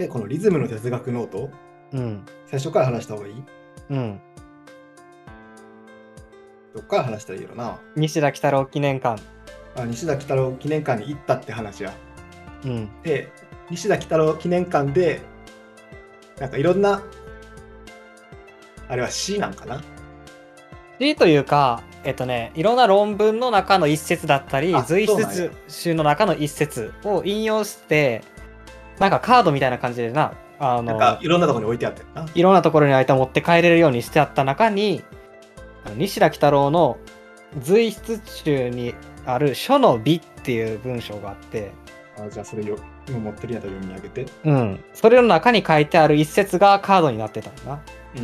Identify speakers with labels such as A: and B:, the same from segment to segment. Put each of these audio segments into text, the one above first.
A: で、このリズムの哲学ノート、
B: うん。
A: 最初から話した方がいい？
B: うん。
A: どっから話したらいいのな。
B: 西田喜太郎記念館。
A: 西田喜太郎記念館に行ったって話や。
B: うん。
A: で、西田喜太郎記念館で、なんかいろんな、あれは詩なんかな。
B: 詩というか、いろんな論文の中の一節だったり、随
A: そうなんや
B: 筆集の中の一節を引用して、なんかカードみたいな感じでな、
A: なんかいろんなところに置いてあってな。
B: いろんなところに相手を持って帰れるようにしてあった中に、西田喜太郎の随筆集にある書の美っていう文章があって、
A: じゃあそれよ、今持ってるんやったら読み上げて。
B: うん。それの中に書いてある一節がカードになってたんだな。
A: うんうん。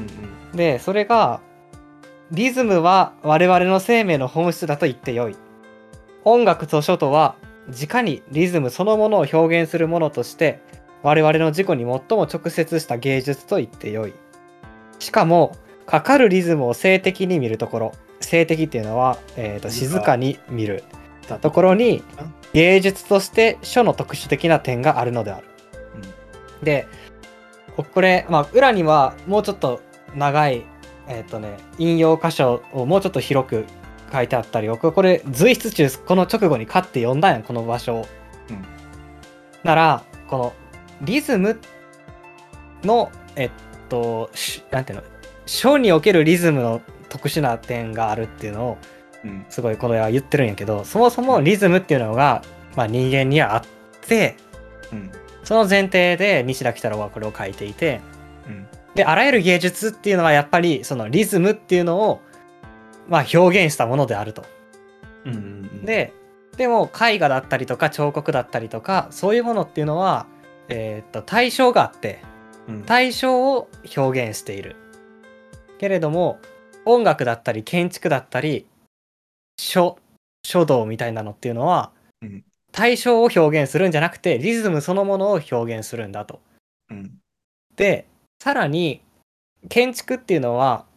B: で、それが、リズムは我々の生命の本質だと言ってよい。音楽と書とは、直にリズムそのものを表現するものとして、我々の自己に最も直接した芸術と言ってよい。しかも、かかるリズムを静的に見るところ、静的っていうのは、静かに見るところに、芸術として書の特殊的な点があるのである。で、これ、裏にはもうちょっと長い、引用箇所をもうちょっと広く書いてあったり、僕これ随筆中この直後に買って読んだんやん、この場所を。なら、このリズムの、なんていうの、書におけるリズムの特殊な点があるっていうのを、すごいこれは言ってるんやけど、そもそもリズムっていうのが、人間にはあって、その前提で西田喜太郎はこれを書いていて、であらゆる芸術っていうのはやっぱりそのリズムっていうのを表現したものであると。でも絵画だったりとか彫刻だったりとかそういうものっていうのは、対象があって対象を表現しているけれども、音楽だったり建築だったり書道みたいなのっていうのは、対象を表現するんじゃなくてリズムそのものを表現するんだと。でさらに建築っていうのは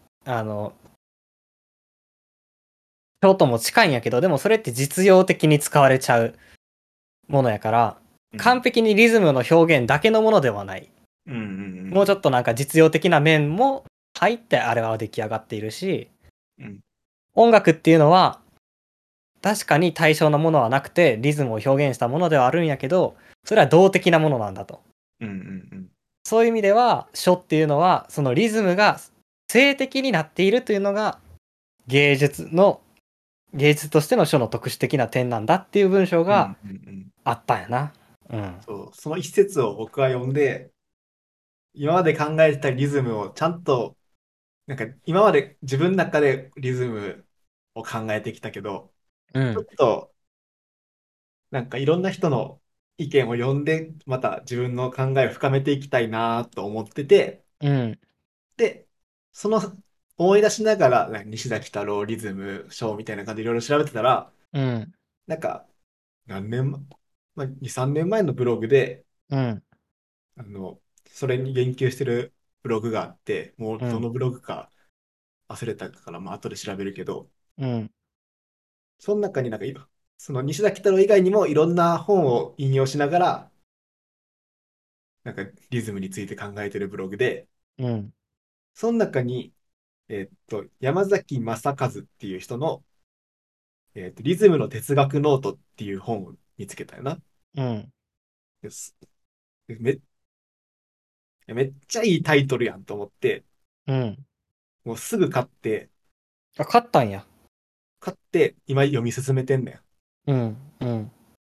B: 書とも近いんやけど、でもそれって実用的に使われちゃうものやから、完璧にリズムの表現だけのものではない。もうちょっとなんか実用的な面も入ってあれは出来上がっているし、音楽っていうのは確かに対象のものはなくてリズムを表現したものではあるんやけど、それは動的なものなんだと。そういう意味では書っていうのはそのリズムが静的になっているというのが芸術としての書の特殊的な点なんだっていう文章があったんやな。
A: その一節を僕は読んで、今まで考えてたリズムをちゃんと、なんか今まで自分の中でリズムを考えてきたけど、ちょっとなんかいろんな人の意見を読んで、また自分の考えを深めていきたいなと思ってて、で、その思い出しながら、なんか西崎太郎リズムショーみたいな感じでいろいろ調べてたら、なんか何年前、2、3年前のブログで、あの、それに言及してるブログがあって、もうどのブログか忘れたから、後で調べるけど、その中になんかその西崎太郎以外にもいろんな本を引用しながら、なんかリズムについて考えてるブログで、その中に、山崎正和っていう人の、リズムの哲学ノートっていう本を見つけたよな。ですめ、めっちゃいいタイトルやんと思って、もうすぐ買って、
B: 買ったんや。
A: 今読み進めてんねん。
B: うん。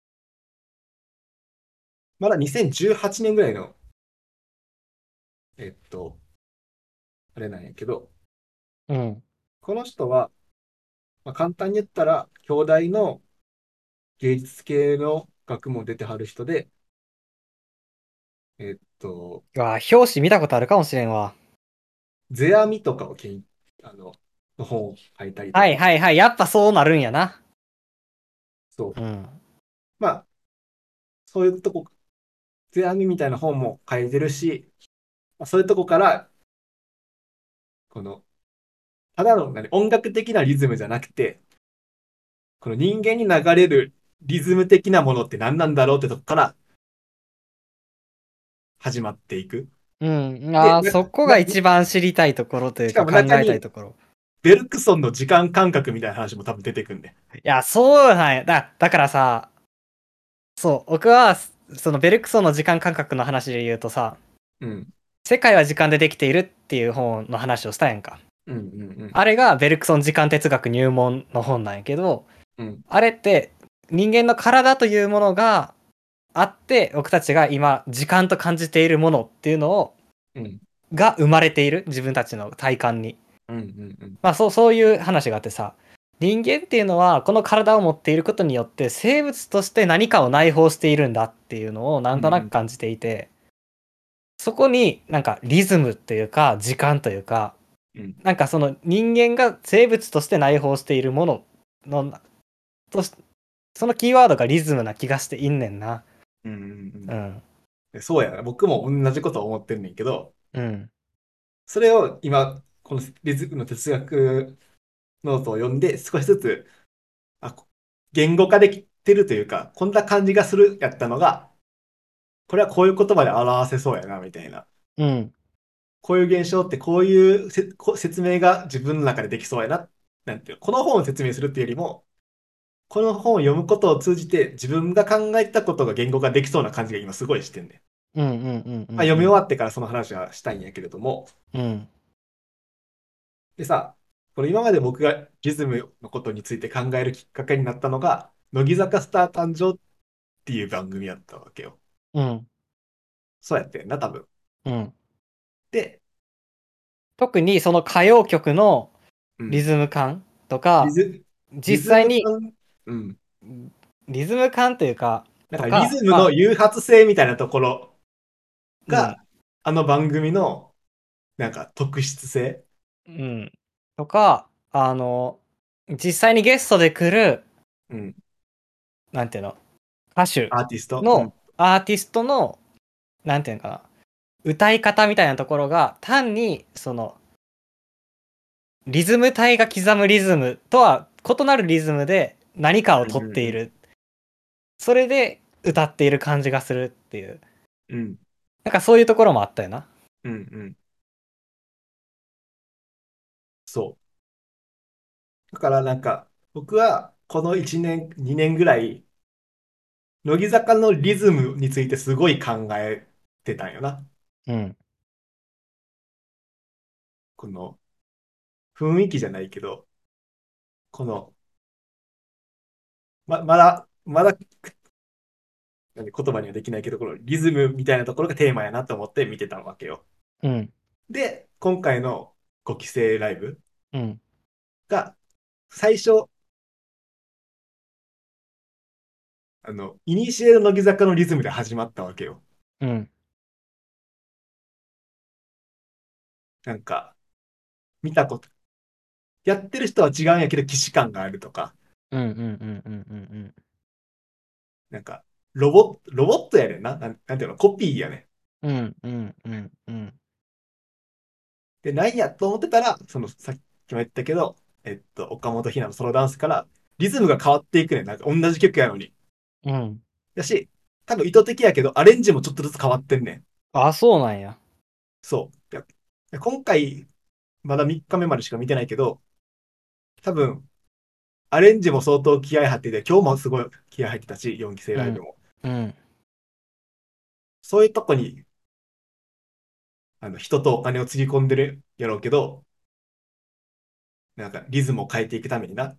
A: まだ2018年ぐらいの、えっと、あれなんやけど、この人は、簡単に言ったら、兄弟の芸術系の学問出てはる人で、
B: 表紙見たことあるかもしれんわ。
A: 世阿弥とかをの本を書いたりとか。
B: はいはいはい。やっぱそうなるんやな。
A: そう。まあ、そういうとこ、世阿弥みたいな本も書いてるし、そういうとこから、この、ただの音楽的なリズムじゃなくて、この人間に流れるリズム的なものって何なんだろうってとこから始まっていく。
B: うん。
A: で、
B: そこが一番知りたいところという
A: しか
B: か考
A: も中に
B: えたいところ。
A: ベルクソンの時間感覚みたいな話も多分出てくるんで。
B: いや、そうなんや。だからさ、そう、僕は、そのベルクソンの時間感覚の話で言うとさ、
A: うん。
B: 世界は時間でできているっていう本の話をしたやんか。
A: うんうん
B: あれがベルクソン時間哲学入門の本なんやけど、
A: うん。
B: あれって人間の体というものがあって、僕たちが今時間と感じているものっていうのを、
A: うん。
B: が生まれている自分たちの体感に。
A: うんうんうん。
B: まあそういう話があってさ、人間っていうのはこの体を持っていることによって生物として何かを内包しているんだっていうのをなんとなく感じていて、そこになんかリズムというか時間というか、
A: うん。
B: なんかその人間が生物として内包しているものの、とし、そのキーワードがリズムな気がしていんねんな。
A: うんうん
B: うん。
A: うん。そうやな。僕も同じこと思ってんねんけど、
B: うん。
A: それを今、このリズムの哲学ノートを読んで、少しずつ、あ、言語化できてるというか、こんな感じがするやったのが、これはこういう言葉で表せそうやな、みたいな。
B: うん。
A: こういう現象ってこういう説明が自分の中でできそうやな。なんていうのこの本を説明するっていうよりも、この本を読むことを通じて自分が考えたことが言語化できそうな感じが今すごいしてんね。
B: うんうんうんう
A: まあ、読み終
B: ん
A: わってからその話はしたいんやけれども、
B: うん。うん。
A: でさ、この今まで僕がリズムのことについて考えるきっかけになったのが、乃木坂スター誕生っていう番組やったわけよ。
B: うん。
A: そうやってんな、多分。
B: うん。
A: で、
B: 特にその歌謡曲の
A: うん。
B: リズム感とか、
A: リズ
B: 実際に
A: ム感、うん。
B: リズム感というか、
A: なんかリ
B: とか、
A: ズムの誘発性みたいなところ
B: うん。
A: が、あの番組のなんか特質性、
B: うん。とか、実際にゲストで来る、
A: うん。
B: なんていうの、歌手
A: アーティスト、うん。
B: のアーティストの、なんていうのかな、歌い方みたいなところが、単に、その、リズム体が刻むリズムとは異なるリズムで何かを
A: うん
B: とって
A: うん
B: いる。それで歌っている感じがするっていう。
A: うん。
B: なんかそういうところもあったよな。
A: うんうん。そう。だからなんか、僕はこの1年、2年ぐらい、乃木坂のリズムについてすごい考えてたんよな。
B: うん。
A: この雰囲気じゃないけど、この、まだ言葉にはできないけど、このリズムみたいなところがテーマやなと思って見てたわけよ。
B: うん。
A: で、今回の5期生ライブ
B: うん。
A: が、最初、イニシエの乃木坂のリズムで始まったわけよ。
B: うん。
A: なんか、見たこと、やってる人は違うんやけど、既視感があるとか、
B: うん。うん。うん。うん。うん。
A: なんか、ロボットやねんな。なんていうの、コピーやね
B: うん。うん。うん。うん。
A: ん。で、なんやと思ってたら、さっきも言ったけど、岡本ひなのソロダンスから、リズムが変わっていくねん。なんか、同じ曲やのに。
B: うん。
A: だし、多分意図的やけど、アレンジもちょっとずつ変わってんねん。
B: あ、そうなんや。
A: そう。今回、まだ3日目までしか見てないけど、多分、アレンジも相当気合入ってて、今日もすごい気合入ってたし、4期生
B: うん。
A: ライブも。
B: うん。
A: そういうとこに、人とお金をつぎ込んでるやろうけど、なんかリズムを変えていくためにな。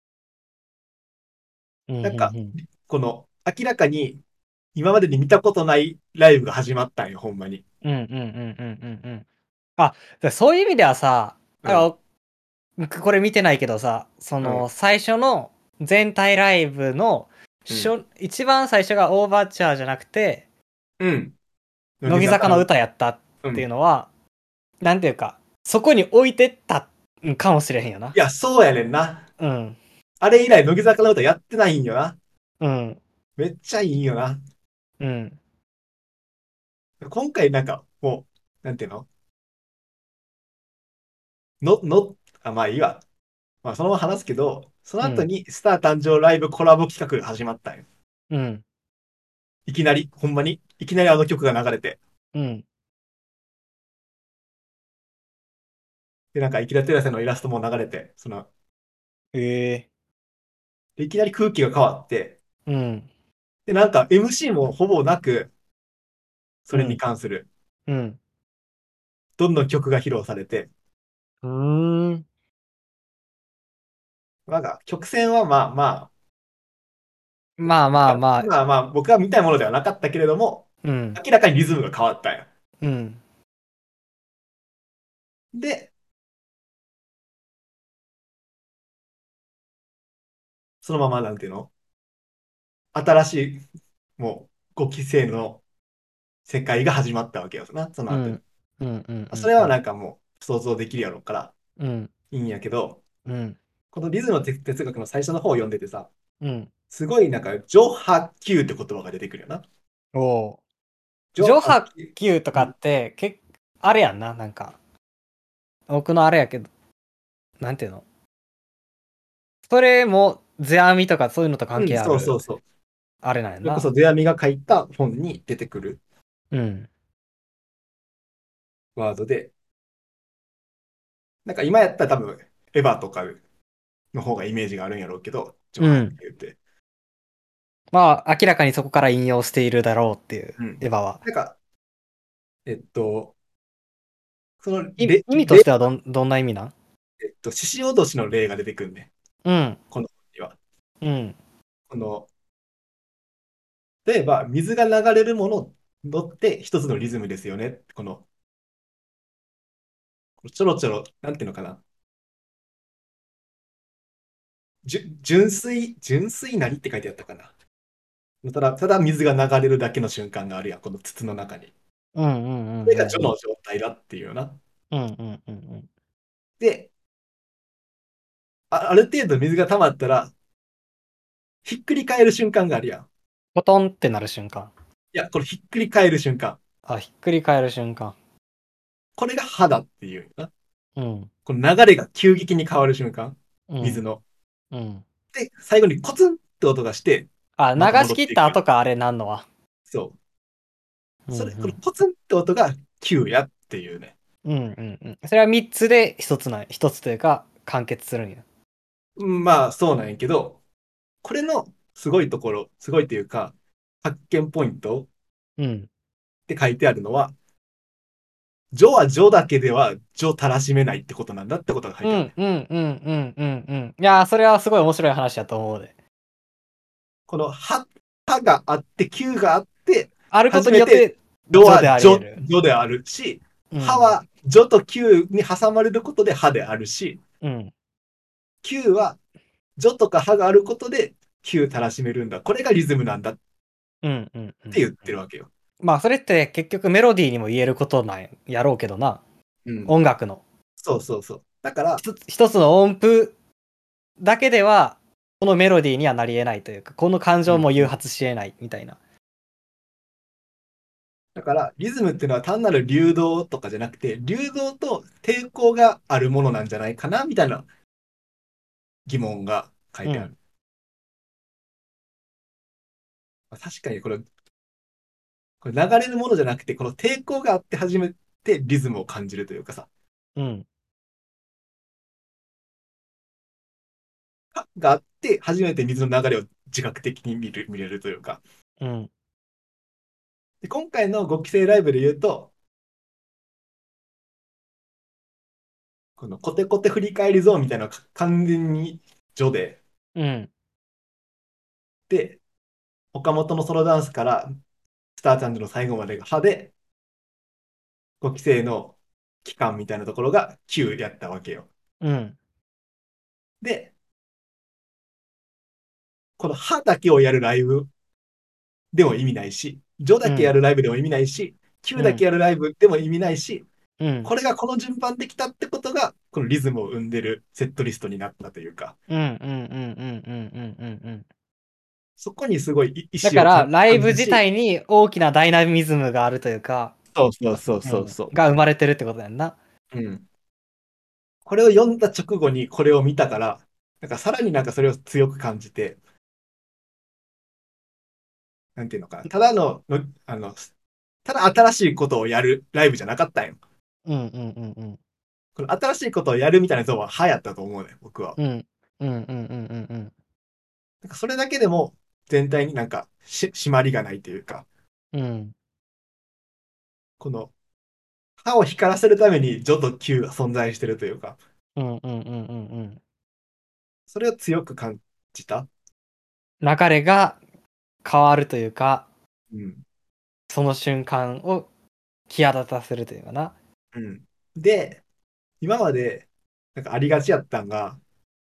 B: うん。うん。
A: なんか、
B: うん。
A: この、明らかに今までに見たことないライブが始まったんよ、ほんまに。
B: うん。うん。うん。うん。うん。あ、そういう意味ではさ、
A: うん、
B: これ見てないけどさ、そ
A: うん、
B: の最初の全体ライブの
A: うん、
B: 一番最初がオーバーチャーじゃなくて、
A: うん。乃木
B: 乃木坂の
A: 坂の、
B: 歌やったっていう
A: うん。
B: のは、なんていうか、そこに置いてったんかもしれへんよな。
A: いや、そうやねんな。
B: うん。
A: あれ以来、乃木坂の歌やってないんよな。
B: うん。
A: めっちゃいいよな。
B: うん。
A: 今回なんか、もう、なんていうのまあいいわ。まあそのまま話すけど、その
B: うん。
A: 後にスター誕生ライブコラボ企画が始まったんよ。
B: うん。
A: いきなり、ほんまに、いきなりあの曲が流れて。
B: うん。
A: で、なんか、イキラテラセのイラストも流れて、
B: ええ
A: でいきなり空気が変わって、
B: うん。
A: で、なんか MC もほぼなく、それに
B: うん。
A: 関する、
B: うん。
A: どんどん曲が披露されて、
B: うーん。
A: なんか、曲線はまあまあ、
B: まあまあまあ。
A: まあまあ、僕が見たいものではなかったけれども、
B: うん。
A: 明らかにリズムが変わったんよ。
B: うん。
A: で、そのままなんていうの新しい、もう、5期生の世界が始まったわけよな、その後に。
B: うん。うん。うん。うん。
A: それは
B: うん。
A: なんかもう想像できるやろうから
B: うん。
A: いいんやけど、
B: うん。
A: このリズムの哲学の最初の方を読んでてさ、
B: うん。
A: すごいなんか、上波球って言葉が出てくるよな。
B: おお。
A: 上波
B: 上波
A: 球。
B: 球とか
A: うん。
B: ってあれやんな、なんか。僕のあれやけど、なんていうの、それも世阿弥とかそういうのと関
A: うん、
B: 係ある、
A: そうそうそう。
B: あれなんやな。
A: それこそ世阿弥が書いた本に出てくる
B: うん。
A: ワードで、なんか今やったら多分、エヴァとかの方がイメージがあるんやろうけど、上波
B: うん。
A: 球って。
B: まあ、明らかにそこから引用しているだろうっていう、
A: うん。
B: エヴァは。
A: なんか、えっと、その
B: 意味としてはどんな意味なん？
A: 獅子落としの例が出てくるね。
B: うん。
A: この本には。
B: うん。
A: この、例えば、水が流れるものって一つのリズムですよね。ちょろちょろ、なんていうのかな。純粋なりって書いてあったかな。ただ水が流れるだけの瞬間があるやん、この筒の中に。
B: うんうんう
A: それが序
B: んうん。
A: の状態だっていうような。
B: うんうんうんうん。
A: で、ある程度水が溜まったら、ひっくり返る瞬間があるやん。
B: ポトンってなる瞬間。
A: いや、これひっくり返る瞬間。
B: あ、ひっくり返る瞬間。
A: これが肌っていうよな。
B: うん。
A: この流れが急激に変わる瞬間。
B: うん。
A: 水の。
B: うん。
A: で、最後にコツンって音がして、
B: あ、流
A: また戻
B: し切っ
A: っていくやん。
B: た後か、あれなんのは。
A: そう。この
B: うんうん。
A: コツンって音が Q やっていうね。
B: うんうんうん。それは3つで一つというか、完結するんや。
A: うんまあ、そうなんやけど、これのすごいところ、すごいというか、発見ポイント
B: うん。
A: って書いてあるのは、序は序だけでは序たらしめないってことなんだってことが書いてあるね。
B: うんうんうんうんうんうん。いやー、それはすごい面白い話だと思うで。
A: このはがあって、Q があって、
B: あること
A: 初めて
B: によって、
A: 序
B: 序であり得る。
A: 序であるし、
B: うん。
A: はは序と Q に挟まれることではであるし、
B: うん。
A: Q は序とかはがあることで Q たらしめるんだ。これがリズムなんだっ
B: うんうんうん。
A: て言ってるわけよ。
B: まあ、それって結局メロディーにも言えることなんやろうけどな。
A: うん。
B: 音楽の。
A: そうそうそう。だから、
B: 一つの音符だけでは、このメロディーにはなり得ないというか、この感情も誘
A: うんうん。
B: 発し得ないみたいな。
A: だから、リズムっていうのは単なる流動とかじゃなくて、流動と抵抗があるものなんじゃないかなみたいな疑問が書い
B: うん。
A: てある。確かにこれ流れるものじゃなくて、この抵抗があって初めてリズムを感じるというかさ、
B: うん。
A: があって初めて水の流れを自覚的に見れるというか。
B: うん。
A: で今回の5期生ライブで言うと、このコテコテ振り返りゾーンみたいなのが完全に序で、
B: うん。
A: で、岡本のソロダンスからスターチャンジの最後までが派で、5期生の期間みたいなところが9やったわけよ。
B: うん。
A: で、この歯だけをやるライブでも意味ないし、ジョだけや
B: うん。
A: るライブでも意味ないし、9だけ
B: うん。
A: やるライブでも意味ないし、
B: うん。
A: これがこの順番できたってことが、このリズムを生んでるセットリストになったというか、
B: うん。うん。うん。うん。うん。うん。うん。
A: そこにすごい意
B: だから、
A: 志を
B: ライブ
A: 感じるし、
B: 自体に大きなダイナミズムがあるというか、
A: そうそうそう
B: うん。
A: そうそ
B: が生まれてるってことやんな。
A: う。うん。これを読んだ直後にこれを見たから、なんかさらになんかそれを強く感じて、なんていうのかな。ただのただ新しいことをやるライブじゃなかったんよ。
B: うんうんうんうん。
A: この新しいことをやるみたいなゾーンは流行ったと思うね、僕は。
B: うんうんうんうんうんうん。
A: なんかそれだけでも全体になんか締まりがないというか、
B: うん
A: この歯を光らせるためにジョと Q が存在してるというか、
B: うんうんうんうんうん。
A: それを強く感じた。
B: 流れが変わるというか、
A: うん。
B: その瞬間を際立たせるというかな。
A: うん。で、今までなんかありがちやったんが、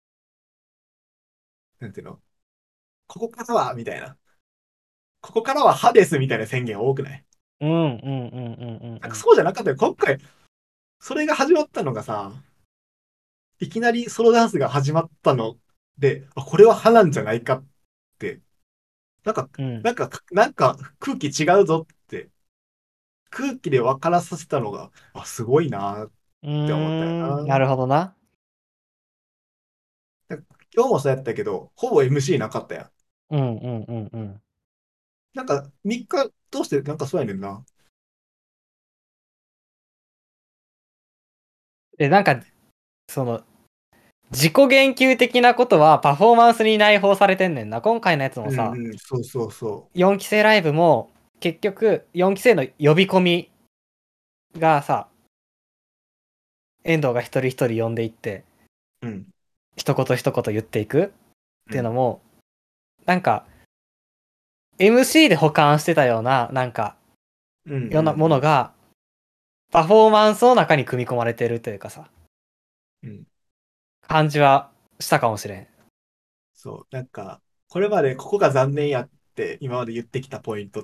A: なんていうの、ここからはみたいな。ここからは歯ですみたいな宣言多くない？
B: うんうんうんうんうんうん。
A: なんかそうじゃなかったよ。今回、それが始まったのがさ、いきなりソロダンスが始まったので、あ、これは歯なんじゃないかって、なんか、
B: うん。
A: なんか空気違うぞって、空気で分からさせたのが、あ、すごいなっ
B: う
A: て思ったよ
B: ーん、な
A: な。
B: るほどな。
A: なんか今日もそうやったけど、ほぼ MC なかったやん。
B: うんうんうんうん。
A: なんか3日通してなんかそうやねんな。
B: で、なんか、その、自己言及的なことはパフォーマンスに内包されてんねんな。今回のやつもさ、
A: うんうん、そうそうそ
B: 4期生ライブも、結局、4期生の呼び込みがさ、遠藤が一人一人呼んでいって、
A: う。うん、
B: 一言一言言っていくっ
A: うん、
B: ていうのも、なんか、MC で保管してたような、なんか、
A: うん、うん、
B: いろんなも
A: うん。
B: のが、パフォーマンスの中に組み込まれてるというかさ、
A: うん
B: 感じはしたかもしれん。
A: そう、なんか、これまでここが残念やって今まで言ってきたポイントって、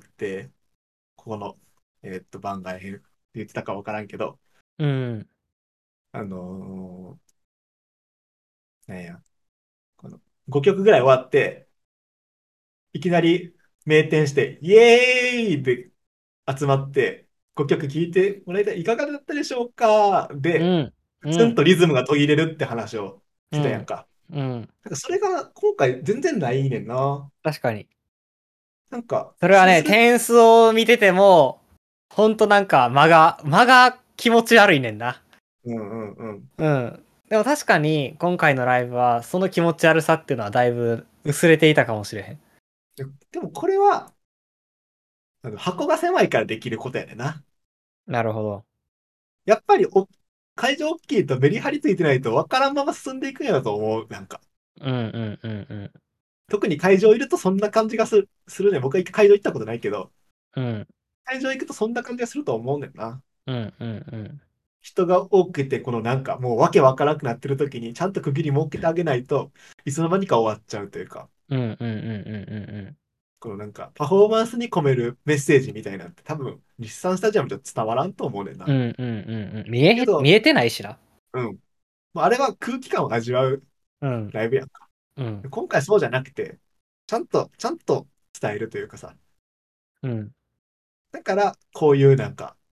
A: ここの、番外編って言ってたかわからんけど、
B: うん。
A: あのなんや、この5曲ぐらい終わって、いきなり名店して、イエーイって集まって、5曲聴いてもらいたい、いかがだったでしょうかで、
B: うん。
A: プツン
B: うん。
A: とリズムが途切れるって話を
B: うん。
A: してたやんか。
B: うん。
A: なんかそれが今回全然ないねんな。
B: 確かに。
A: なんか、
B: それはね、
A: そうする、
B: 点数を見てても、ほんとなんか間が気持ち悪いねんな。
A: うんうんうん。
B: うん。でも確かに、今回のライブは、その気持ち悪さっていうのはだいぶ薄れていたかもしれへん。
A: でもこれは、箱が狭いからできることやねんな。
B: なるほど。
A: やっぱり会場大きいとメリハリついてないと分からんまま進んでいくんやと思う。なんか。
B: うんうんうんうん。
A: 特に会場いるとそんな感じがするね。僕は会場行ったことないけど、
B: うん。
A: 会場行くとそんな感じがすると思うねんな。
B: うんうんうん。
A: 人が多くて、このなんかもうわけわからなくなってる時にちゃんと区切り設けてあげないといつの間にか終わっちゃうというか、
B: うんうんうんうんうん
A: このなんかパフォーマンスに込めるメッセージみたいなって多分日産スタジアムじゃ伝わらんと思うねんな。
B: うん。うんうんうんうん。
A: けど、
B: 見えてないしな。
A: うん。あれは空気感を味わう
B: うん。
A: ライブやんか。
B: うん。
A: 今回そうじゃなくて、ちゃんと伝えるというかさ。
B: うん。
A: だからこういうなんか、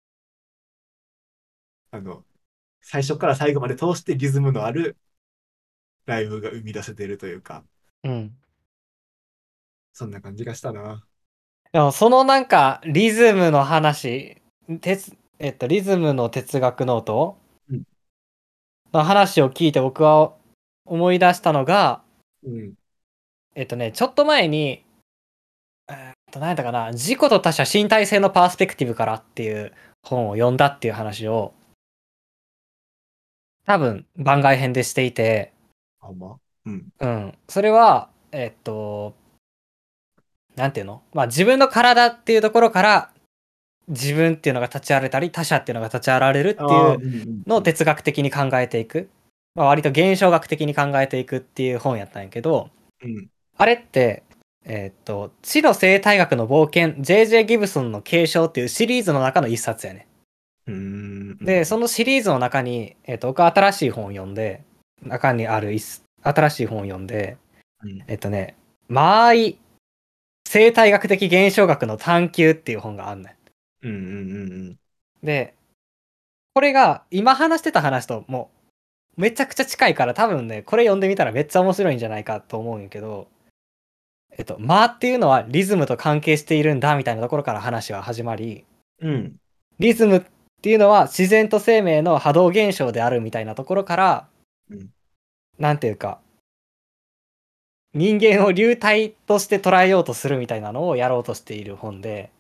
A: あの、最初から最後まで通してリズムのあるライブが生み出せてるというか、
B: うん。
A: そんな感じがしたな。
B: でもそのなんかリズムの話、リズムの哲学ノート
A: うん。
B: の話を聞いて僕は思い出したのが、
A: うん。
B: ちょっと前に、何やったかな、自己と他者身体性のパースペクティブからっていう本を読んだっていう話を多分番外編でしていて、
A: ほんま。うん。
B: うん。それは、なんていうの、まあ自分の体っていうところから自分っていうのが立ち現れたり他者っていうのが立ち現れるって
A: ああ、
B: いう
A: うんうんうん。
B: のを哲学的に考えていく、まあ、割と現象学的に考えていくっていう本やったんやけど、
A: うん。
B: あれって知の生態学の冒険 J.J. ギブソンの継承っていうシリーズの中の一冊やね。
A: うーん。う
B: でそ
A: ん。
B: のシリーズの中に、僕は新しい本を読んで、中にある新しい本を読んで、
A: うん。
B: 間合い生態学的現象学の探求っていう本があんね
A: うん。うん。うん。
B: ん。でこれが今話してた話ともうめちゃくちゃ近いから多分ね、これ読んでみたらめっちゃ面白いんじゃないかと思うんやけど、間っていうのはリズムと関係しているんだみたいなところから話は始まり、
A: うん。
B: リズムっていうのは自然と生命の波動現象であるみたいなところから、
A: うん。
B: なんていうか、人間を流体として捉えようとするみたいなのをやろうとしている本で、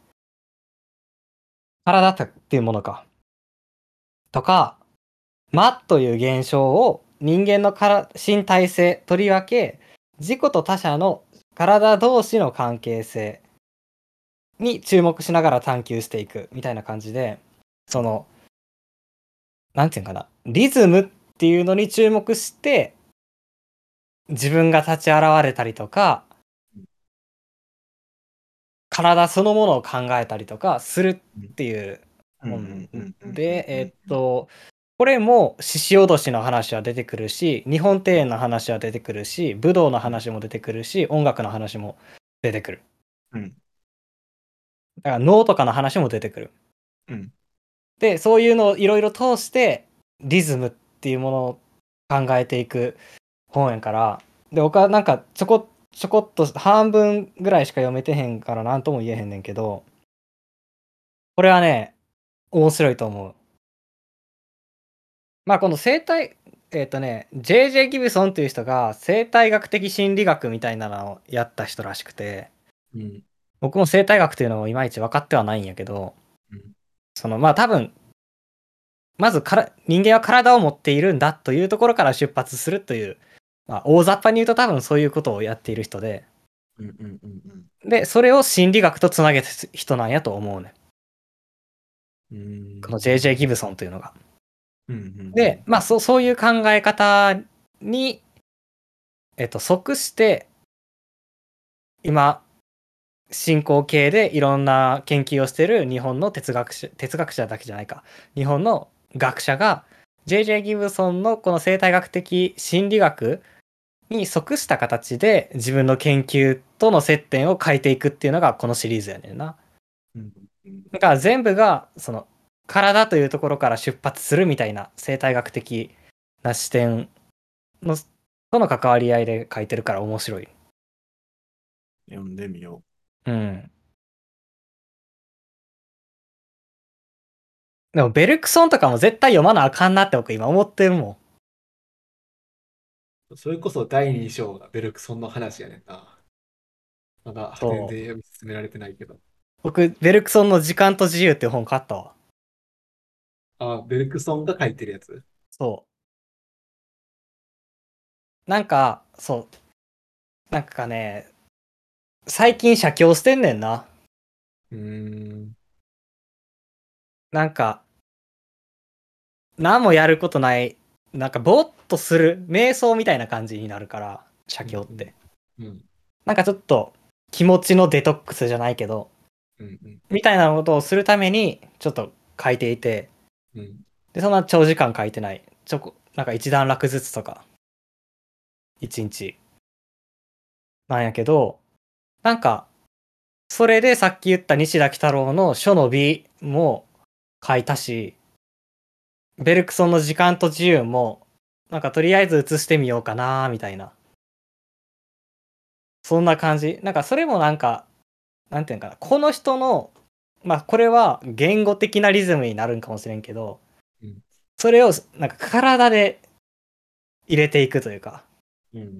B: 体っていうものか。とか、魔という現象を人間の身体性、とりわけ自己と他者の体同士の関係性に注目しながら探求していくみたいな感じで、その、なんていうかな、リズムっていうのに注目して、自分が立ち現れたりとか、体そのものを考えたりとかするっていう
A: うん。う
B: 本
A: ん。うん。うん。うん。
B: で、
A: うん。うん。
B: これも獅子おどしの話は出てくるし、日本庭園の話は出てくるし、武道の話も出てくるし、音楽の話も出てくる。
A: うん。
B: だから能とかの話も出てくる。
A: うん。
B: で、そういうのをいろいろ通して、リズムっていうものを考えていく本やから、で、僕はなんかちょこっと半分ぐらいしか読めてへんから何とも言えへんねんけど、これはね、面白いと思う。まあこの生態、JJ ギブソンっていう人が生態学的心理学みたいなのをやった人らしくて、
A: うん。
B: 僕も生態学っていうのをいまいち分かってはないんやけど、
A: うん。
B: まあ多分、まず人間は体を持っているんだというところから出発するという、まあ大雑把に言うと多分そういうことをやっている人で、
A: うん。うん。うん。
B: で、それを心理学とつなげた人なんやと思うね。
A: うん。
B: この JJ ギブソンというのが。
A: うん。うん。
B: で、まあそういう考え方に、即して、今、進行形でいろんな研究をしている日本の哲学者だけじゃないか。日本の学者が JJ ギブソンのこの生態学的心理学に即した形で自分の研究との接点を変えていくっていうのがこのシリーズやねんな。
A: うん。うん。
B: だから全部がその体というところから出発するみたいな生態学的な視点のとの関わり合いで書いてるから面白い。
A: 読んでみよ
B: うん。でもベルクソンとかも絶対読まなあかんなって僕今思ってるもん。
A: う。それこそ第二章がベルクソンの話やねんな。まだ全
B: そう。
A: 然読み進められてないけど。
B: 僕、ベルクソンの時間と自由っていう本買ったわ。
A: あ、ベルクソンが書いてるやつ。
B: そう。なんか、そう。なんかね、最近写経してんねんな。
A: うーん。
B: なんか、何もやることない、なんかぼーっとする、瞑想みたいな感じになるから、写
A: うん。うん。
B: 経って。
A: うん。
B: なんかちょっと気持ちのデトックスじゃないけど、
A: うん。
B: みたいなことをするために、ちょっと書いていて、
A: うん。
B: で、そんな長時間書いてない。なんか一段落ずつとか、一日なんやけど、なんか、それでさっき言った西田幾多郎の書の美も書いたし、ベルクソンの時間と自由も、なんかとりあえず写してみようかなみたいな。そんな感じ。なんかそれもなんか、なんていうのかな。この人の、まあこれは言語的なリズムになるんかもしれんけど、
A: うん。
B: それをなんか体で入れていくというか、
A: うん。うん。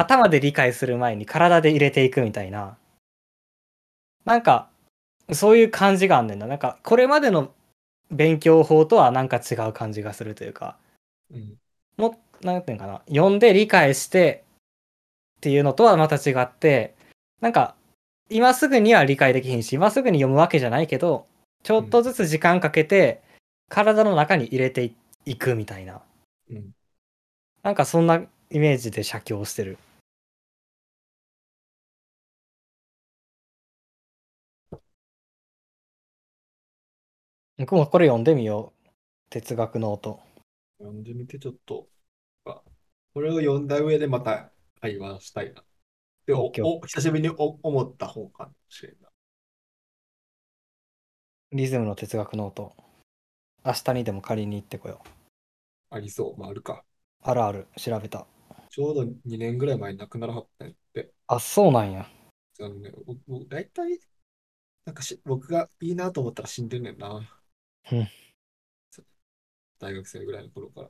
B: 頭で理解する前に体で入れていくみたいな。なんか、そういう感じがあんねんな。なんか、これまでの勉強法とはなんか違う感じがするというか、
A: うん。
B: なんていうのかな。読んで理解してっていうのとはまた違って、なんか、今すぐには理解できひんし、今すぐに読むわけじゃないけど、ちょ
A: うん。
B: っとずつ時間かけて、体の中に入れていくみたいな。
A: うん。
B: なんかそんなイメージで写経してる。僕もこれ読んでみよう。哲学ノート。
A: 読んでみてちょっと、あ、これを読んだ上でまた会話したいな。で、
B: オッケー。
A: 久しぶりに思った方かもしれんな。
B: リズムの哲学ノート。明日にでも借りに行ってこよう。
A: ありそう。まあ、あるか。
B: あるある、調べた。
A: ちょうど2年ぐらい前に亡くならはったんやって。
B: あ、そうなんや。
A: 大体僕がいいなと思ったら死んでんねんな。
B: うん。
A: 大学生ぐらいの頃から。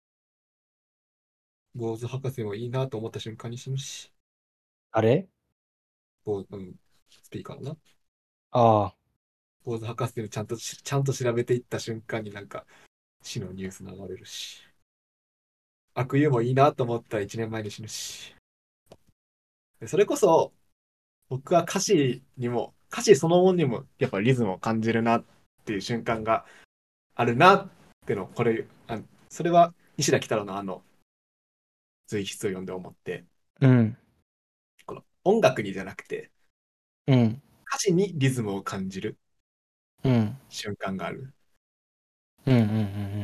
A: 坊主博士もいいなと思った瞬間に死ぬし。
B: あれ。
A: うん、スピーカーのな。
B: ああ
A: 坊主博士をちゃんと調べていった瞬間に死のニュース流れるし。悪友もいいなと思ったら1年前に死ぬし。でそれこそ、僕は歌詞そのものにもやっぱリズムを感じるなっていう瞬間があるなっての、それは西田幾多郎の随筆を読んで思って、
B: ー。うん。
A: この音楽にじゃなくて、
B: うん。
A: 歌詞にリズムを感じる
B: うん。
A: 瞬間がある。
B: うん。うん。うん。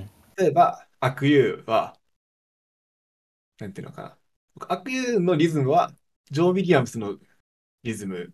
A: 例えば、悪友は、なんていうのかな。僕悪友のリズムは、ジョー・ウィリアムスのリズム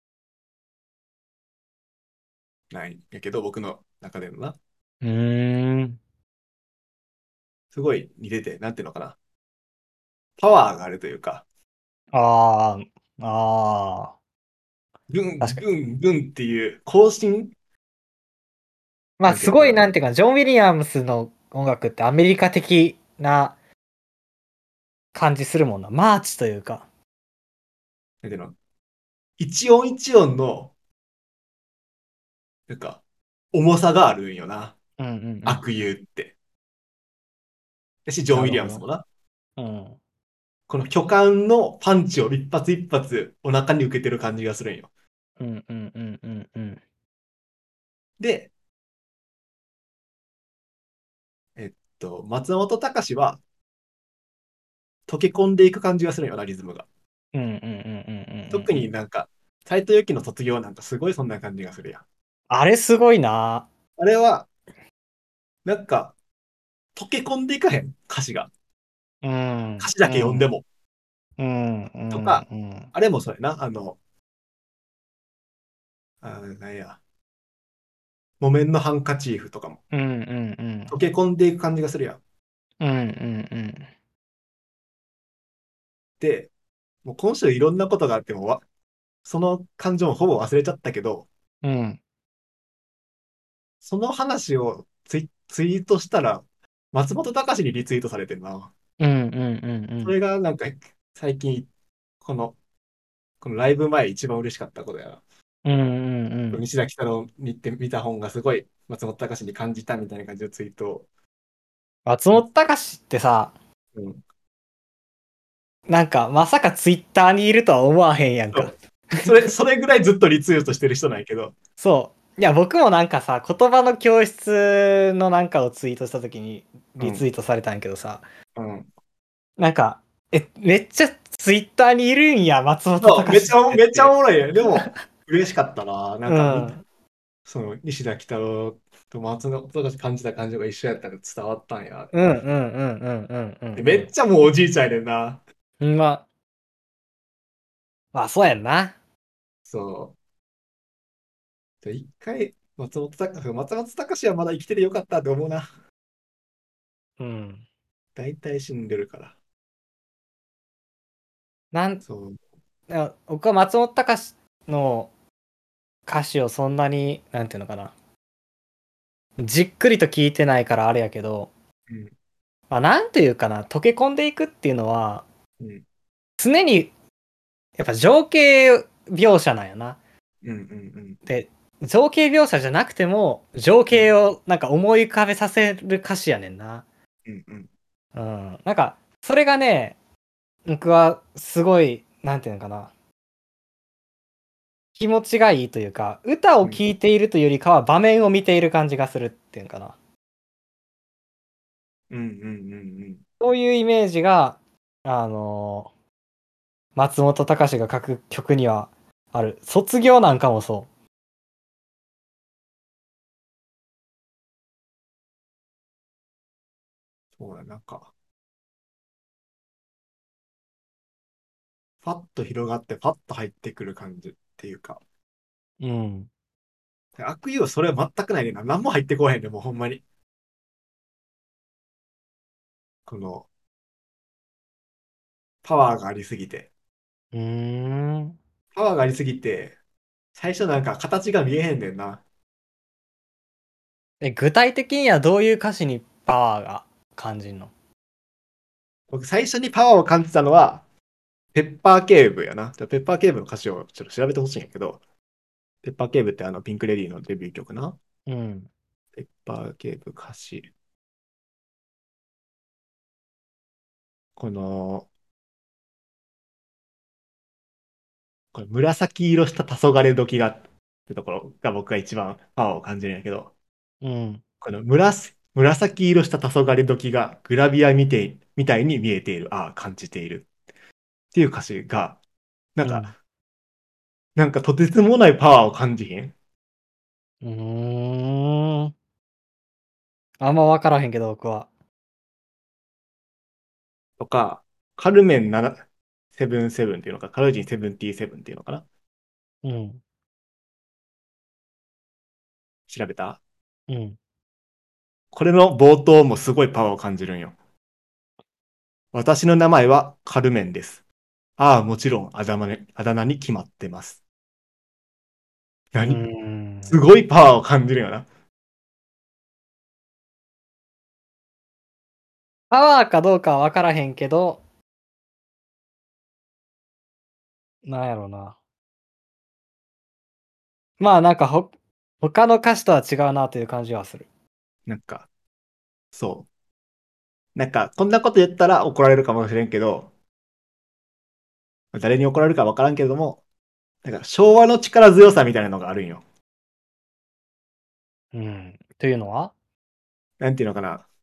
A: なんやけど、僕の中でのな、
B: うーん。
A: すごい似てて、なんていうのかな。パワーがあるというか、
B: ああ。ああ。
A: ブン、
B: 確かに。
A: ブン、ブンっていう更新
B: まあ、すごい、
A: なんていうのかな。
B: なんていうか、ジョン・ウィリアムスの音楽ってアメリカ的な感じするもんな。マーチというか。
A: なんていうの一音一音の、なんか、重さがあるんよな。
B: うんうんうん。
A: 悪友って。ジョン・ウィ
B: なるほど。
A: リアムスもな。
B: うん。
A: この巨漢のパンチを一発一発お腹に受けてる感じがするんよ。
B: うんうんうんうんうん。
A: で、松本隆は溶け込んでいく感じがするんよな、リズムが。
B: うんうんうんうんうん
A: 特
B: うんうん。
A: に斎藤由貴の卒業なんかすごいそんな感じがするやん。
B: あれすごいな。
A: あれは、なんか、溶け込んでいかへん、歌詞が。
B: うん
A: 歌詞だけ読んで
B: うん
A: も。
B: うんうん
A: とか、
B: うん。
A: あれもそうやな、なんや、木綿のハンカチーフとかも。
B: うんうんうん。
A: 溶け込んでいく感じがするやん。
B: うんうんうん。
A: で、もう今週いろんなことがあってもその感情もほぼ忘れちゃったけど、
B: うん。
A: その話をツイートしたら、松本隆にリツイートされてるな。
B: うんうんうんう
A: そ
B: ん。
A: れが最近、この、このライブ前一番嬉しかったことや。
B: うんうんうん。
A: 西田北郎に行って見た本がすごい松本隆に感じたみたいな感じのツイートを。
B: 松本隆ってさ、
A: うん。
B: なんかまさかツイッターにいるとは思わへんやんか。
A: そうそれぐらいずっとリツイートしてる人なんやけど、
B: そう。いや、僕もなんかさ、言葉の教室のなんかをツイートした時にリツイ
A: うん。
B: ートされたんやけどさ、
A: うん。
B: なんか、めっちゃツイッターにいるんや、松本
A: そう、
B: 隆ってっ
A: めっちゃお
B: て。
A: もろいね。でも、嬉しかったな。
B: うん。
A: 西田北郎と松本隆感じた感情が一緒やったら伝わったんや。
B: うんうんうんうんうんう
A: でめっ
B: ん
A: ちゃもうおじいちゃんやねんな。
B: うん。まあそうやんな。
A: そう。一回、松本隆はまだ生きててよかったって思うな。
B: うん。
A: 大体死んでるから。
B: なん、い
A: そう。
B: や僕は松本隆の歌詞をそんなに、なんていうのかな。じっくりと聞いてないからあれやけど、
A: うん。
B: まあなんていうかな、溶け込んでいくっていうのは、
A: うん。
B: 常にやっぱ情景描写なんやな。
A: うん。うん。
B: で、情景描写じゃなくても、情
A: うん。
B: 景をなんか思い浮かべさせる歌詞やねんな。
A: うん。うん。
B: うん。なんか、それがね、僕はすごい、なんていうのかな。気持ちがいいというか、歌を
A: うん。
B: 聴いているというよりかは場面を見ている感じがするっていうのかな。
A: うん。うん。うん。
B: そういうイメージが、あの松本隆が書く曲にはある。卒業なんかもそ
A: そうや、ファッと広がって、ファッと入ってくる感じっていうか。
B: う。うん。
A: 悪意はそれは全くないねんな。何も入ってこへんねん、もうほんまに。この、パワーがありすぎて。
B: うーん。
A: パワーがありすぎて、 最初なんか形が見えへんねんな。
B: 具体的にはどういう歌詞にパワーが感じんの？
A: 僕最初にパワーを感じたのは、ペッパー警部やな。ペッパー警部の歌詞をちょっと調べてほしいんやけど、ペッパー警部ってピンクレディーのデビュー曲な。
B: うん。
A: ペッパー警部歌詞。この、これ紫色した黄昏時がってところが僕が一番パワーを感じるんやけど、
B: うん。
A: この紫色した黄昏時がグラビアみたいに見えている。ああ、感じている。っていう歌詞が、なんか、
B: うん。
A: なんかとてつもないパワーを感じへん
B: うーん。あんま分からへんけど、僕は。
A: とか、カルメン777っていうのか、カルジン77っていうのかな。
B: うん。
A: 調べた。
B: うん。
A: これの冒頭もすごいパワーを感じるんよ。私の名前はカルメンです。ああ、もちろんあだ名に決まってます。
B: うー
A: す
B: ん。
A: ごいパワーを感じるよな。
B: パワーかどうかは分からへんけど、なんやろな。まあなんか他の歌詞とは違うなという感じはする。
A: なんか、そう。なんか、こんなこと言ったら怒られるかもしれんけど、誰に怒られるかわからんけれども、なんか昭和の力強さみたいなのがあるんよ。
B: うん。というのは？
A: なんていうのかな。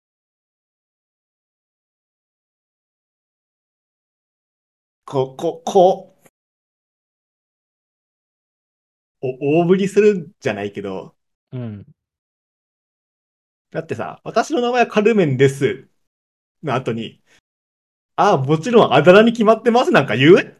A: 大振りするんじゃないけど、
B: うん。
A: だってさ、私の名前はカルメンですの後に、ああ、もちろんあだ名に決まってますなんか言う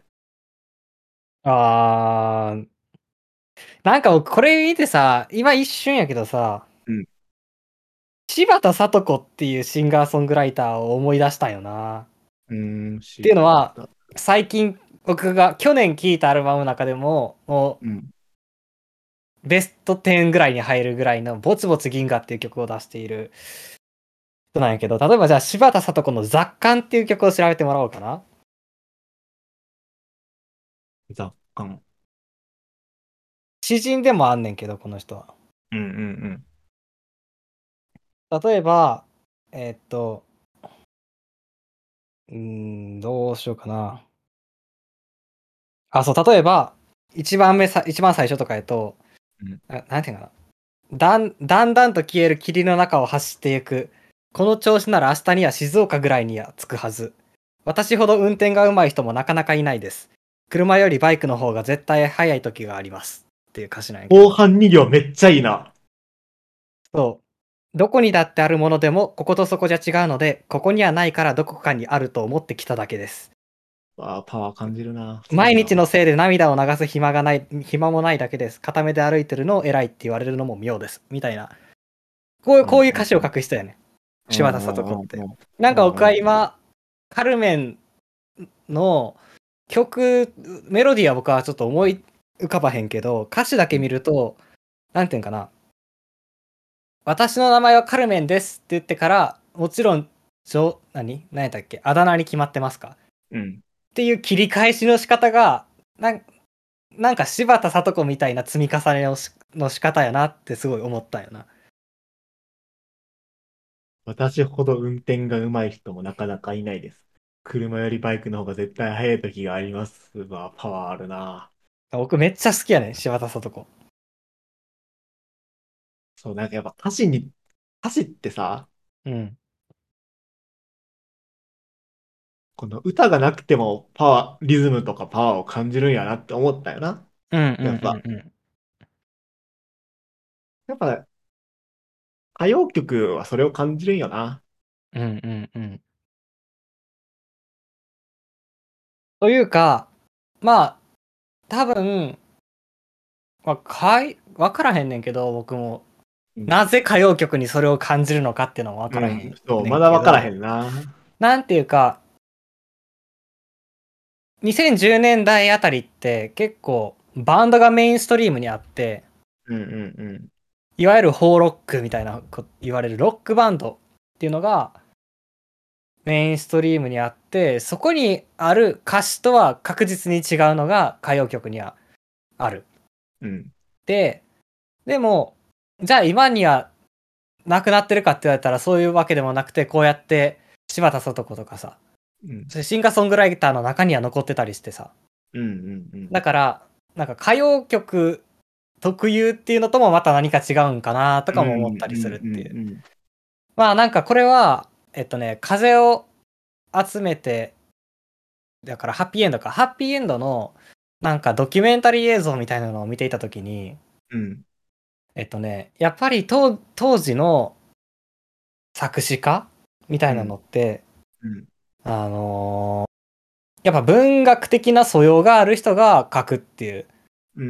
B: あー、なんか僕これ見てさ、今一瞬やけどさ、
A: うん。
B: 柴田聡子っていうシンガーソングライターを思い出したんよな。っていうの
A: 柴
B: は、
A: 田。
B: 最近僕が去年聴いたアルバムの中でも、も
A: うん。
B: うベスト10ぐらいに入るぐらいのぼちぼち銀河っていう曲を出している人なんやけど、例えばじゃあ柴田聡子の雑感っていう曲を調べてもらおうかな。
A: 雑感。
B: 詩人でもあんねんけど、この人は。
A: うんうん
B: 例えば、えーっと、どうしようかな。あ、そう、例えば、一番最初とかやと、
A: うん。
B: なんていうかな。だんだんと消える霧の中を走っていく。この調子なら明日には静岡ぐらいには着くはず。私ほど運転が上手い人もなかなかいないです。車よりバイクの方が絶対速い時があります。っていう歌詞なんやけど。
A: 後半2行めっちゃいいな。
B: そう。どこにだってあるものでも、こことそこじゃ違うので、ここにはないからどこかにあると思ってきただけです。
A: ああ、パワー感じるな。普通
B: 毎
A: にな。
B: 日のせいで涙を流す暇もないだけです。片目で歩いてるのを偉いって言われるのも妙です。みたいな。こういう歌詞を書く人やね。
A: うん
B: 柴田
A: うんうん
B: 聡子って。
A: うん
B: なんか僕
A: うんうん。
B: は今、カルメンのメロディーは僕はちょっと思い浮かばへんけど、歌詞だけ見ると、なんていうんかな。私の名前はカルメンですって言ってから、もちろん、何やったっけあだ名に決まってますか
A: うん。
B: っていう切り返しの仕方が、なんか柴田聡子みたいな積み重ねの仕方やなってすごい思ったんよな。
A: 私ほど運転が上手い人もなかなかいないです。車よりバイクの方が絶対速い時がありますわ。パワーあるな。
B: 僕めっちゃ好きやねん、柴田聡子。
A: そう、なんかやっぱ歌詞ってさ、
B: うん。
A: この歌がなくてもリズムとかパワーを感じるんやなって思ったよな。
B: うんうん
A: やっぱ、
B: うんうん。
A: やっぱ歌謡曲はそれを感じるんよな。
B: うんうんうん。というか、まあ、多分、わからへんねんけど、僕も。
A: うん。
B: なぜ歌謡曲にそれを感じるのかっていうのもわからへ
A: うん。そう、
B: んねん
A: まだわからへ
B: けど、
A: んな。
B: なんていうか、2010年代あたりって結構バンドがメインストリームにあって、
A: うんうん
B: いわゆるホーロックみたいな言われるロックバンドっていうのがメインストリームにあって、そこにある歌詞とは確実に違うのが歌謡曲にはある。
A: うん。
B: で、でも、じゃあ今にはなくなってるかって言われたらそういうわけでもなくて、こうやって柴田聡子とかさ、
A: うん
B: シンガーソングライターの中には残ってたりしてさ。
A: うんうん
B: だから、なんか歌謡曲特有っていうのともまた何か違うんかなと
A: うん。
B: かも
A: うん
B: 思ったりするっていう。
A: うん
B: まあなんかこれは、風を集めて、だからハッピーエンドか。ハッピーエンドのなんかドキュメンタリー映像みたいなのを見ていたときに、
A: うん。
B: やっぱり当時の作詞家みたいなの
A: うん
B: って、
A: うん
B: あのやっぱ文学的な素養がある人が書くっていう、
A: うん。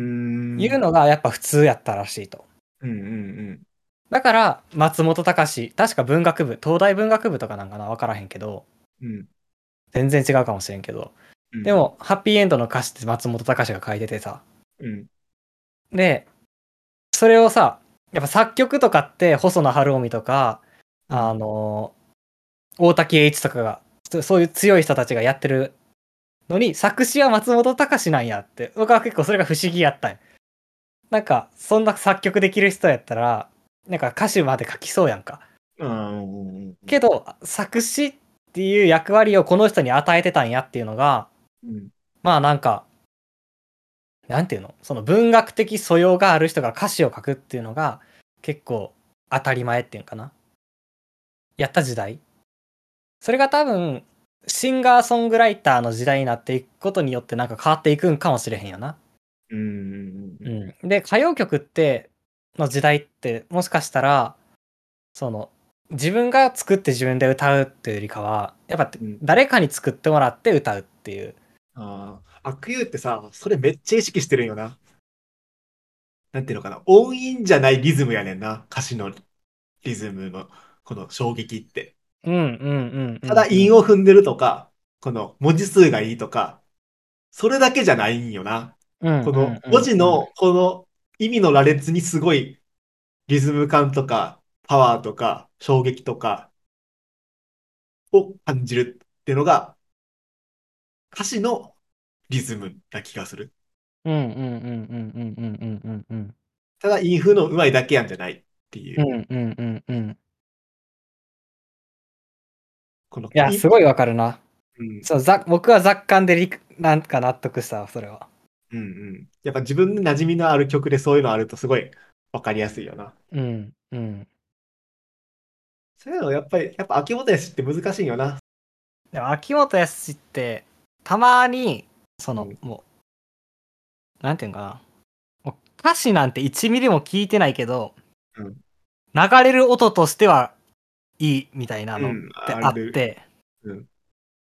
B: いうのがやっぱ普通やったらしいと。
A: うんうん
B: だから、松本隆、確か文学部、東大文学部とかなんかなわからへんけど、
A: うん
B: 全然違うかもしれんけど。
A: うん
B: でも、ハッピーエンドの歌詞って松本隆が書いててさ。
A: うん
B: で、それをさ、やっぱ作曲とかって細野晴臣とか、
A: うん
B: 大滝栄一とかが、そういう強い人たちがやってるのに、作詞は松本隆なんやって、僕は結構それが不思議やったんよ。なんか、そんな作曲できる人やったら、なんか歌詞まで書きそうやんか。
A: うん
B: けど、作詞っていう役割をこの人に与えてたんやっていうのが、
A: うん
B: まあなんか、なんていうのその文学的素養がある人が歌詞を書くっていうのが結構当たり前っていうのかな。やった時代。それが多分、シンガーソングライターの時代になっていくことによってなんか変わっていくんかもしれへんよな。う
A: うん
B: ん。で、歌謡曲って、の時代ってもしかしたら、その、自分が作って自分で歌うっていうよりかは、やっぱ
A: うん。
B: 誰かに作ってもらって歌うっていう。
A: ああ、アクユーってさ、それめっちゃ意識してるんよな。なんていうのかな。音韻じゃないリズムやねんな。歌詞のリズムの、この衝撃って。
B: うんうんうんう
A: ただ
B: んうん。
A: 韻を踏んでるとか、この文字数がいいとか、それだけじゃないんよな。
B: うん
A: こ
B: うん
A: の文字
B: うんうん。
A: のこの意味の羅列にすごいリズム感とかパワーとか衝撃とかを感じるっていうのが歌詞のリズムな気がする。
B: うんうんうんうんうんうんうんうんうん。
A: ただ韻符の上手いだけやんじゃないっていう。
B: うんうんうんうん。
A: この、
B: いや、すごいわかるな。
A: うん、
B: そう、僕は雑感でなんか納得したわ、それは。
A: うんうん。やっぱ自分に馴染みのある曲でそういうのあるとすごいわかりやすいよな。
B: うんうん。
A: そういうのやっぱ秋元康って難しいよな。
B: でも、秋元康って、たまに、
A: うん。
B: もう、なんていうんかな。もう歌詞なんて1ミリも聞いてないけど、
A: うん。
B: 流れる音としてはいいみたいなのっ
A: うん。
B: てあっ
A: ある。
B: て、
A: うん。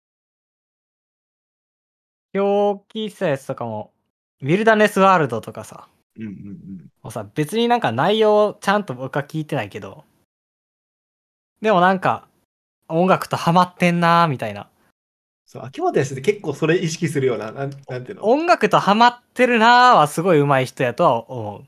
B: 表記したやつとかも、ウィルダネスワールドとかさ、
A: うんうん
B: もうさ、別になんか内容ちゃんと僕は聞いてないけど、でもなんか、音楽とハマってんなーみたいな。
A: そう、秋元康って結構それ意識するような、なんていうの。
B: 音楽とハマってるなーはすごい上手い人やとは思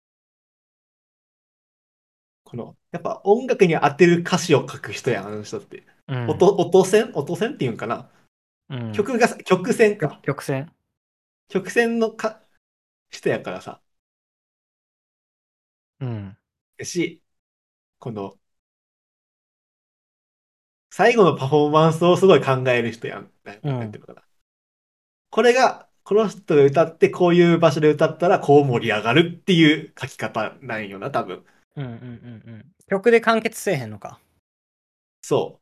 A: この、やっぱ音楽に当てる歌詞を書く人やん、あの人って。
B: う。うん。
A: 音線っていうんかな。
B: うん。
A: 曲線か。
B: 曲線。
A: 曲線の人やからさ。
B: うん。
A: し、この、最後のパフォーマンスをすごい考える人やん。なんて
B: うん。
A: いうのかな。これが、この人が歌って、こういう場所で歌ったら、こう盛り上がるっていう書き方なんよな、多分。
B: うんうんうんうん。曲で完結せえへんのか。
A: そう。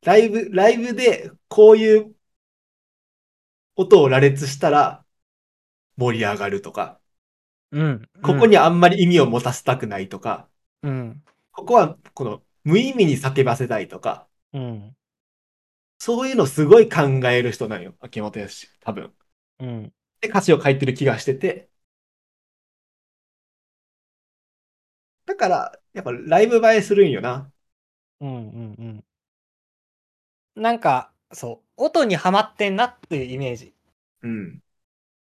A: ライブで、こういう音を羅列したら盛り上がるとか、
B: うん。う
A: ここ
B: ん。
A: にあんまり意味を持たせたくないとか、
B: うん。
A: ここはこの無意味に叫ばせたいとか、
B: うん。
A: そういうのすごい考える人なんよ、秋元康、多分。
B: うん。
A: で、歌詞を書いてる気がしてて、だから、やっぱライブ映えするんよな。
B: うんうんうん。なんか、そう、音にハマってんなっていうイメージ。
A: うん。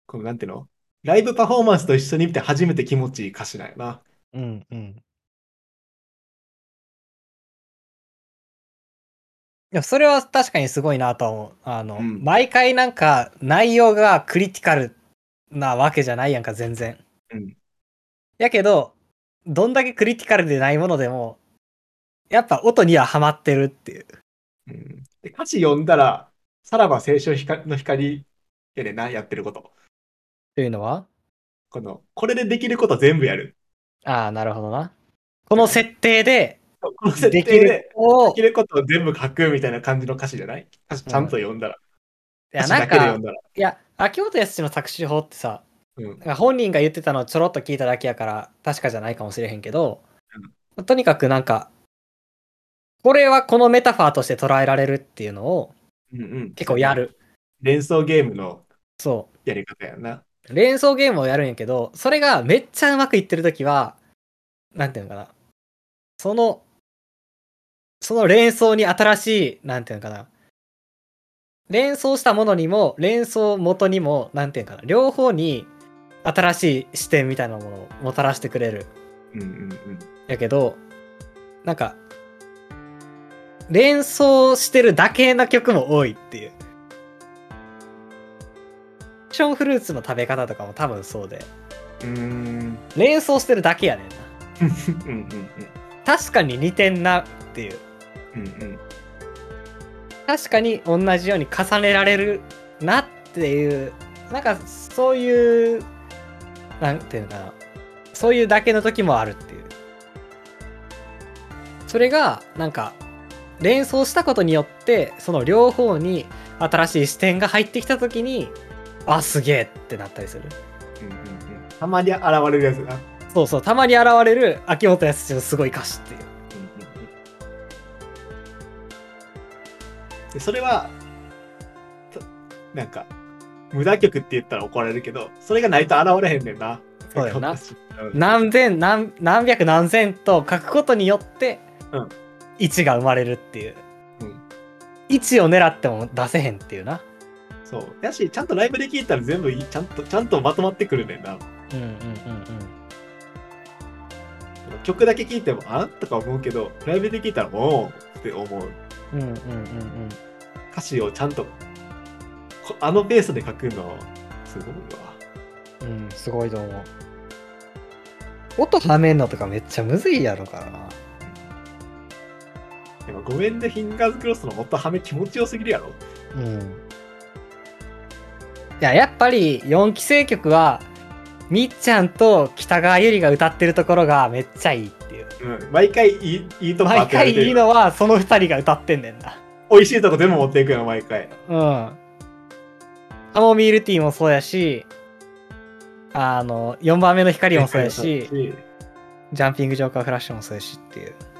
A: このなんていうのライブパフォーマンスと一緒に見て初めて気持ちいい歌詞なんやな。
B: うんうん。でもそれは確かにすごいなと思う。
A: うん。
B: 毎回なんか内容がクリティカルなわけじゃないやんか、全然。
A: うん。
B: やけど、どんだけクリティカルでないものでも、やっぱ音にはハマってるっていう。
A: うん。で、歌詞読んだら、さらば青春の光やでな、やってること。
B: というのは、
A: これでできること全部やる。
B: ああ、なるほどな。こ
A: うん。
B: の設定で
A: この設
B: できる
A: 定で、
B: ことを、
A: できることを全部書くみたいな感じの歌詞じゃない歌詞ちゃんと
B: うん。
A: 読んだら。
B: いや、
A: 歌詞だけで読んだら。
B: いや、秋元康の作詞法ってさ、
A: うん。
B: なんか本人が言ってたのをちょろっと聞いただけやから、確かじゃないかもしれへんけど、
A: うん
B: とにかくなんか、これはこのメタファーとして捉えられるっていうのを
A: うんうん。そうやな。
B: 結構やる。
A: 連想ゲームの
B: そ
A: やり方やな。
B: う。連想ゲームをやるんやけど、それがめっちゃうまくいってるときは、なんていうのかな。その、その連想に新しい、なんていうのかな。連想したものにも、連想元にも、なんていうのかな。両方に新しい視点みたいなものをもたらしてくれる。
A: うんうんうん。
B: やけど、なんか、連想してるだけな曲も多いっていう。パッションフルーツの食べ方とかも多分そうで、
A: うーん。
B: 連想してるだけやねんな。
A: うんうん
B: 確かに似てんなっていう。
A: うん。うんうん。
B: 確かに同じように重ねられるなっていう、なんかそういう、なんていうのかな。そういうだけの時もあるっていう。それが、なんか、連想したことによって、その両方に新しい視点が入ってきた時に、あ、すげえってなったりする。
A: うんうんうん。たまに現れるやつな。うん
B: そうそう、たまに現れる秋元康のすごい歌詞っていう。
A: うんうん。で、それは、となんか、無駄曲って言ったら怒られるけど、それがないと現れへんねんな。
B: そうよな。
A: うん。
B: 何千、何百何千と書くことによって、
A: うん。
B: 1が生まれるっていう。
A: うん。
B: 1を狙っても出せへんっていうな。
A: そう。やし、ちゃんとライブで聴いたら全部ちゃんとまとまってくるねんな。
B: うんうんうんうん。
A: 曲だけ聴いても、あとか思うけど、ライブで聴いたら、おーって思う。
B: うんうんうん
A: 歌詞をちゃんと、あのペースで書くの、すごいわ。
B: うん。うん、すごいと思う。音はめんのとかめっちゃむずいやろからな。
A: でも、ごめんね、フィンガーズクロスの音はめ気持ちよすぎるやろ。
B: うん。いや、やっぱり4期生曲は、みっちゃんと北川ゆりが歌ってるところがめっちゃいいっていう。
A: うん。毎回いいとこ当
B: 毎回
A: てられてるよ。
B: いいのはその2人が歌ってんねんな。
A: 美味しいとこ全部持っていくよ、毎回。
B: うん。カモミールティーもそうやし、4番目の光もそうやし、ジャンピングジョーカーフラッシュもそうやしっていう。